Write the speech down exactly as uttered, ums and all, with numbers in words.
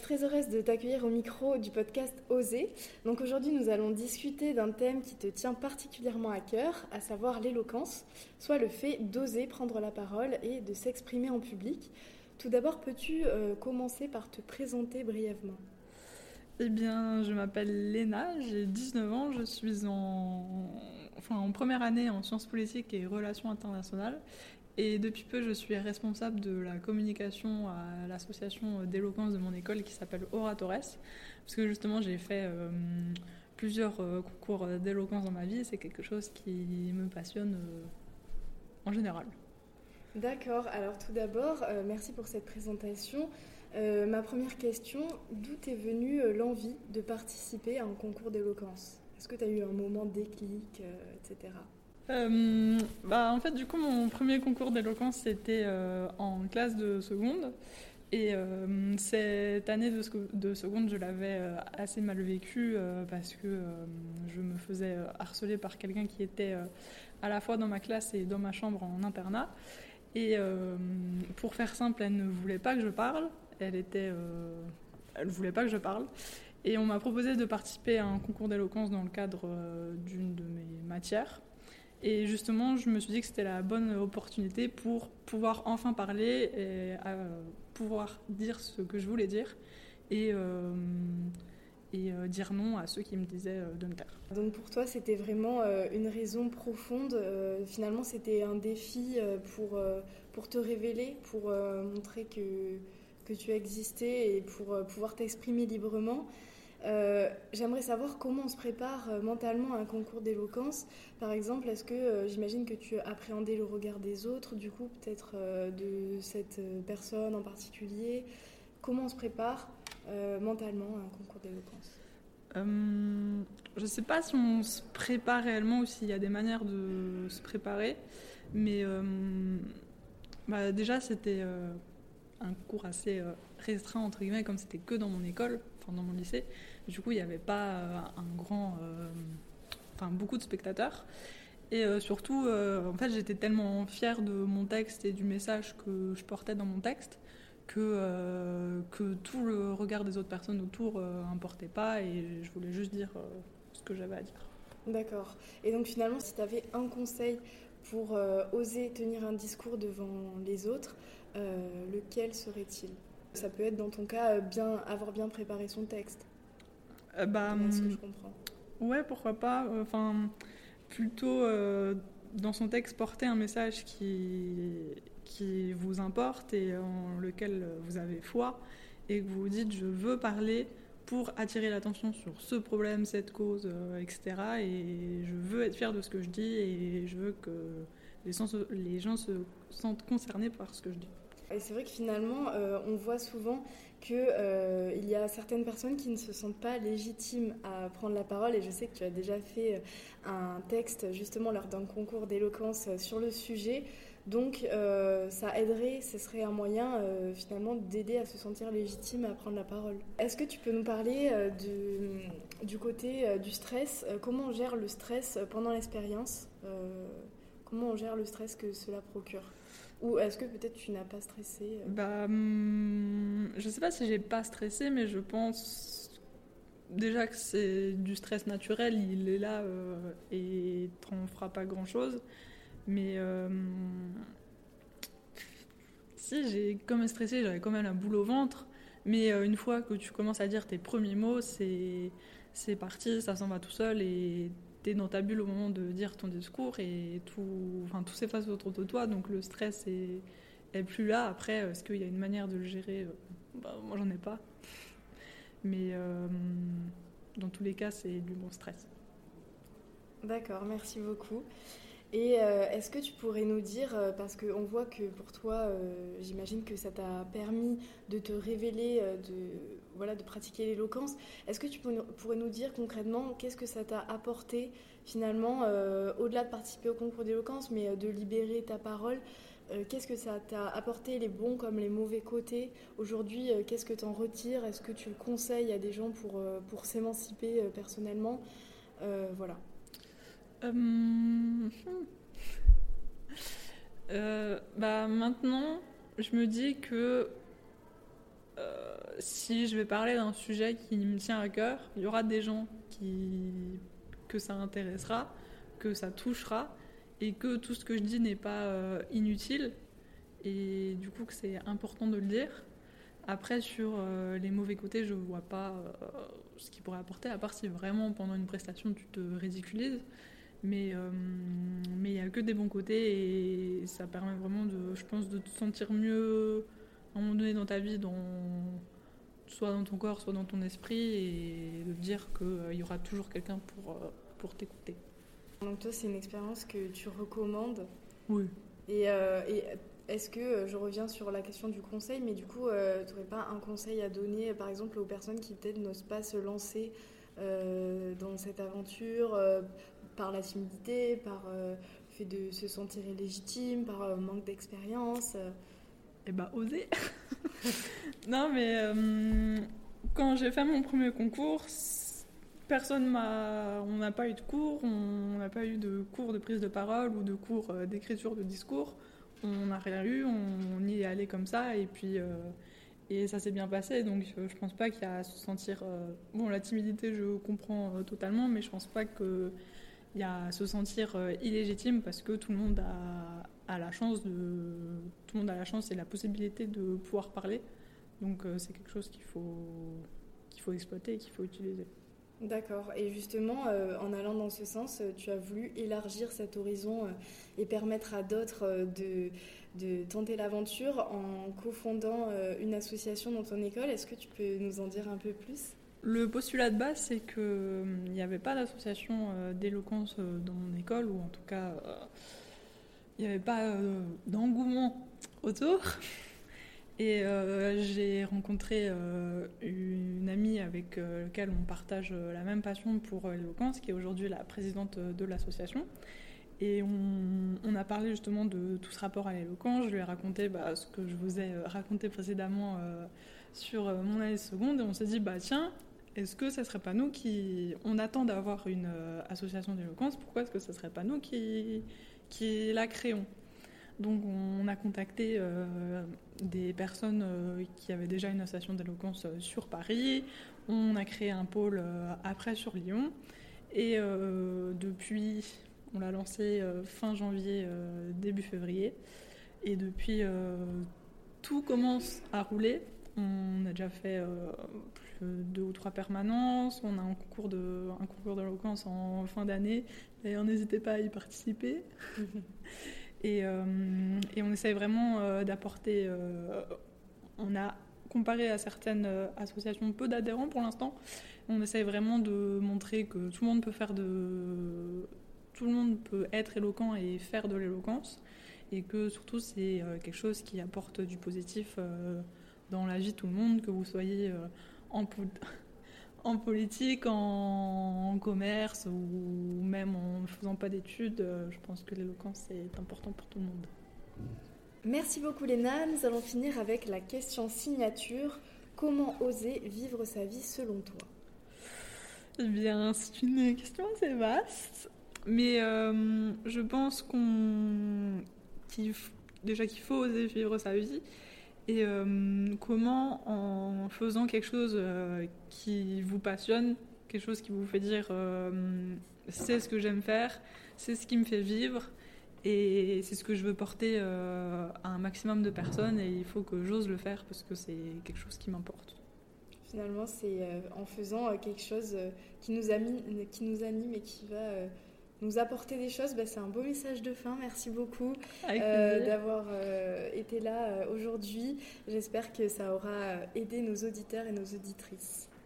très heureuse de t'accueillir au micro du podcast Oser. Donc aujourd'hui, nous allons discuter d'un thème qui te tient particulièrement à cœur, à savoir l'éloquence, soit le fait d'oser prendre la parole et de s'exprimer en public. Tout d'abord, peux-tu euh, commencer par te présenter brièvement ? Eh bien, je m'appelle Léna, j'ai dix-neuf ans, je suis en, enfin, en première année en sciences politiques et relations internationales. Et depuis peu, je suis responsable de la communication à l'association d'éloquence de mon école qui s'appelle Oratores. Parce que justement, j'ai fait euh, plusieurs euh, concours d'éloquence dans ma vie et c'est quelque chose qui me passionne euh, en général. D'accord, alors tout d'abord, euh, merci pour cette présentation. Euh, ma première question, d'où t'est venue euh, l'envie de participer à un concours d'éloquence ? Est-ce que tu as eu un moment déclic, euh, et cetera. Euh, bah, en fait, du coup, mon premier concours d'éloquence, c'était euh, en classe de seconde. Et euh, cette année de, de seconde, je l'avais euh, assez mal vécue euh, parce que euh, je me faisais euh, harceler par quelqu'un qui était euh, à la fois dans ma classe et dans ma chambre en internat. Et euh, pour faire simple, elle ne voulait pas que je parle. Elle était, euh, elle voulait pas que je parle. Et on m'a proposé de participer à un concours d'éloquence dans le cadre euh, d'une de mes matières. Et justement, je me suis dit que c'était la bonne opportunité pour pouvoir enfin parler et euh, pouvoir dire ce que je voulais dire et, euh, et euh, dire non à ceux qui me disaient euh, de me taire. Donc pour toi, c'était vraiment euh, une raison profonde. Euh, finalement, c'était un défi euh, pour, euh, pour te révéler, pour euh, montrer que, que tu existais et pour euh, pouvoir t'exprimer librement. Euh, j'aimerais savoir comment on se prépare euh, mentalement à un concours d'éloquence. Par exemple, est-ce que euh, j'imagine que tu appréhendais le regard des autres, du coup, peut-être euh, de cette euh, personne en particulier. Comment on se prépare euh, mentalement à un concours d'éloquence ? Euh, je ne sais pas si on se prépare réellement ou s'il y a des manières de se préparer, mais euh, bah déjà c'était euh, un cours assez euh, restreint entre guillemets, comme c'était que dans mon école, enfin dans mon lycée. Du coup, il n'y avait pas euh, un grand, euh, enfin beaucoup de spectateurs. Et euh, surtout, euh, en fait, j'étais tellement fière de mon texte et du message que je portais dans mon texte que, euh, que tout le regard des autres personnes autour euh, importait pas et je voulais juste dire euh, ce que j'avais à dire. D'accord. Et donc finalement, si tu avais un conseil pour euh, oser tenir un discours devant les autres, euh, lequel serait-il ? Ça peut être dans ton cas euh, bien, avoir bien préparé son texte, Euh, bah, à ce que je comprends. Ouais, pourquoi pas. Enfin, plutôt euh, dans son texte porter un message qui, qui vous importe et en lequel vous avez foi et que vous vous dites je veux parler pour attirer l'attention sur ce problème, cette cause, euh, et cetera. Et je veux être fière de ce que je dis et je veux que les, sens, les gens se sentent concernés par ce que je dis. Et c'est vrai que finalement, euh, on voit souvent qu'il euh, y a certaines personnes qui ne se sentent pas légitimes à prendre la parole. Et je sais que tu as déjà fait un texte justement lors d'un concours d'éloquence sur le sujet. Donc euh, ça aiderait, ce serait un moyen euh, finalement d'aider à se sentir légitime à prendre la parole. Est-ce que tu peux nous parler euh, de, du côté euh, du stress ? euh, Comment on gère le stress pendant l'expérience ? euh, Comment on gère le stress que cela procure ? Ou est-ce que peut-être tu n'as pas stressé ? Bah, hum, je sais pas si j'ai pas stressé, mais je pense déjà que c'est du stress naturel, il est là euh, et t'en fera pas grand-chose. Mais euh, si, j'ai quand même stressé, j'avais quand même la boule au ventre. Mais euh, une fois que tu commences à dire tes premiers mots, c'est, c'est parti, ça s'en va tout seul et t'es dans ta bulle au moment de dire ton discours et tout, enfin, tout s'efface autour de toi. Donc le stress est, est plus là. Après, est-ce qu'il y a une manière de le gérer ? Bah, moi, j'en ai pas. Mais euh, dans tous les cas, c'est du bon stress. D'accord, merci beaucoup. Et euh, est-ce que tu pourrais nous dire, euh, parce qu'on voit que pour toi, euh, j'imagine que ça t'a permis de te révéler, euh, de, voilà, de pratiquer l'éloquence, est-ce que tu pourrais nous dire concrètement qu'est-ce que ça t'a apporté finalement, euh, au-delà de participer au concours d'éloquence, mais euh, de libérer ta parole, euh, qu'est-ce que ça t'a apporté, les bons comme les mauvais côtés ? Aujourd'hui, euh, qu'est-ce que tu en retires ? Est-ce que tu le conseilles à des gens pour, euh, pour s'émanciper euh, personnellement ? euh, Voilà. Euh, euh, bah maintenant, je me dis que euh, si je vais parler d'un sujet qui me tient à cœur, il y aura des gens qui, que ça intéressera, que ça touchera, et que tout ce que je dis n'est pas euh, inutile, et du coup que c'est important de le dire. Après, sur euh, les mauvais côtés, je vois pas euh, ce qu'il pourrait apporter, à part si vraiment pendant une prestation tu te ridiculises. Mais euh, mais il n'y a que des bons côtés et ça permet vraiment, de, je pense, de te sentir mieux à un moment donné dans ta vie, dans, soit dans ton corps, soit dans ton esprit, et de te dire qu'il euh, y aura toujours quelqu'un pour, euh, pour t'écouter. Donc toi, c'est une expérience que tu recommandes. Oui. Et, euh, et est-ce que, euh, je reviens sur la question du conseil, mais du coup, euh, tu n'aurais pas un conseil à donner, par exemple, aux personnes qui peut-être n'osent pas se lancer euh, dans cette aventure euh, par la timidité, par euh, le fait de se sentir illégitime, par euh, manque d'expérience euh. Eh ben, oser. Non, mais euh, quand j'ai fait mon premier concours, personne m'a... On n'a pas eu de cours, on n'a pas eu de cours de prise de parole ou de cours euh, d'écriture de discours. On n'a rien eu, on y est allé comme ça, et puis... Euh, et ça s'est bien passé, donc je pense pas qu'il y a à se sentir... Euh, bon, la timidité, je comprends euh, totalement, mais je pense pas qu'il y a à se sentir euh, illégitime, parce que tout le monde a, a la chance de... Tout le monde a la chance et la possibilité de pouvoir parler. Donc euh, c'est quelque chose qu'il faut, qu'il faut exploiter et qu'il faut utiliser. D'accord. Et justement, euh, en allant dans ce sens, euh, tu as voulu élargir cet horizon euh, et permettre à d'autres euh, de, de tenter l'aventure en cofondant euh, une association dans ton école. Est-ce que tu peux nous en dire un peu plus ? Le postulat de base, c'est qu'il n'y avait pas d'association euh, d'éloquence euh, dans mon école, ou en tout cas, il euh, n'y avait pas euh, d'engouement autour. Et euh, j'ai rencontré euh, une amie avec euh, laquelle on partage euh, la même passion pour euh, l'éloquence, qui est aujourd'hui la présidente de l'association. Et on, on a parlé justement de tout ce rapport à l'éloquence. Je lui ai raconté bah, ce que je vous ai raconté précédemment euh, sur euh, mon année de seconde. Et on s'est dit, bah tiens, est-ce que ce ne serait pas nous qui... On attend d'avoir une euh, association d'éloquence, pourquoi est-ce que ce ne serait pas nous qui, qui la créons ? Donc on a contacté euh, des personnes euh, qui avaient déjà une association d'éloquence euh, sur Paris. On a créé un pôle euh, après sur Lyon. Et euh, depuis, on l'a lancé euh, fin janvier, euh, début février. Et depuis, euh, tout commence à rouler. On a déjà fait euh, plus de deux ou trois permanences. On a un concours, de, un concours d'éloquence en fin d'année. D'ailleurs, n'hésitez pas à y participer. Et, euh, et on essaye vraiment euh, d'apporter... Euh, on a comparé à certaines euh, associations peu d'adhérents pour l'instant. On essaye vraiment de montrer que tout le monde peut faire de... Tout le monde peut être éloquent et faire de l'éloquence. Et que surtout, c'est euh, quelque chose qui apporte du positif euh, dans la vie de tout le monde, que vous soyez euh, en... Po- en politique, en, en commerce ou même en ne faisant pas d'études, je pense que l'éloquence est important pour tout le monde. Merci beaucoup Léna. Nous allons finir avec la question signature. Comment oser vivre sa vie selon toi ? Eh bien, c'est une question assez vaste, mais euh, je pense qu'on, qu'il, déjà qu'il faut oser vivre sa vie. Et euh, comment, en faisant quelque chose euh, qui vous passionne, quelque chose qui vous fait dire euh, c'est ce que j'aime faire, c'est ce qui me fait vivre, et c'est ce que je veux porter euh, à un maximum de personnes, et il faut que j'ose le faire parce que c'est quelque chose qui m'importe. Finalement, c'est euh, en faisant euh, quelque chose euh, qui, nous anime, qui nous anime et qui va... Euh, nous apporter des choses, bah, c'est un beau message de fin. Merci beaucoup euh, d'avoir euh, été là euh, aujourd'hui. J'espère que ça aura aidé nos auditeurs et nos auditrices.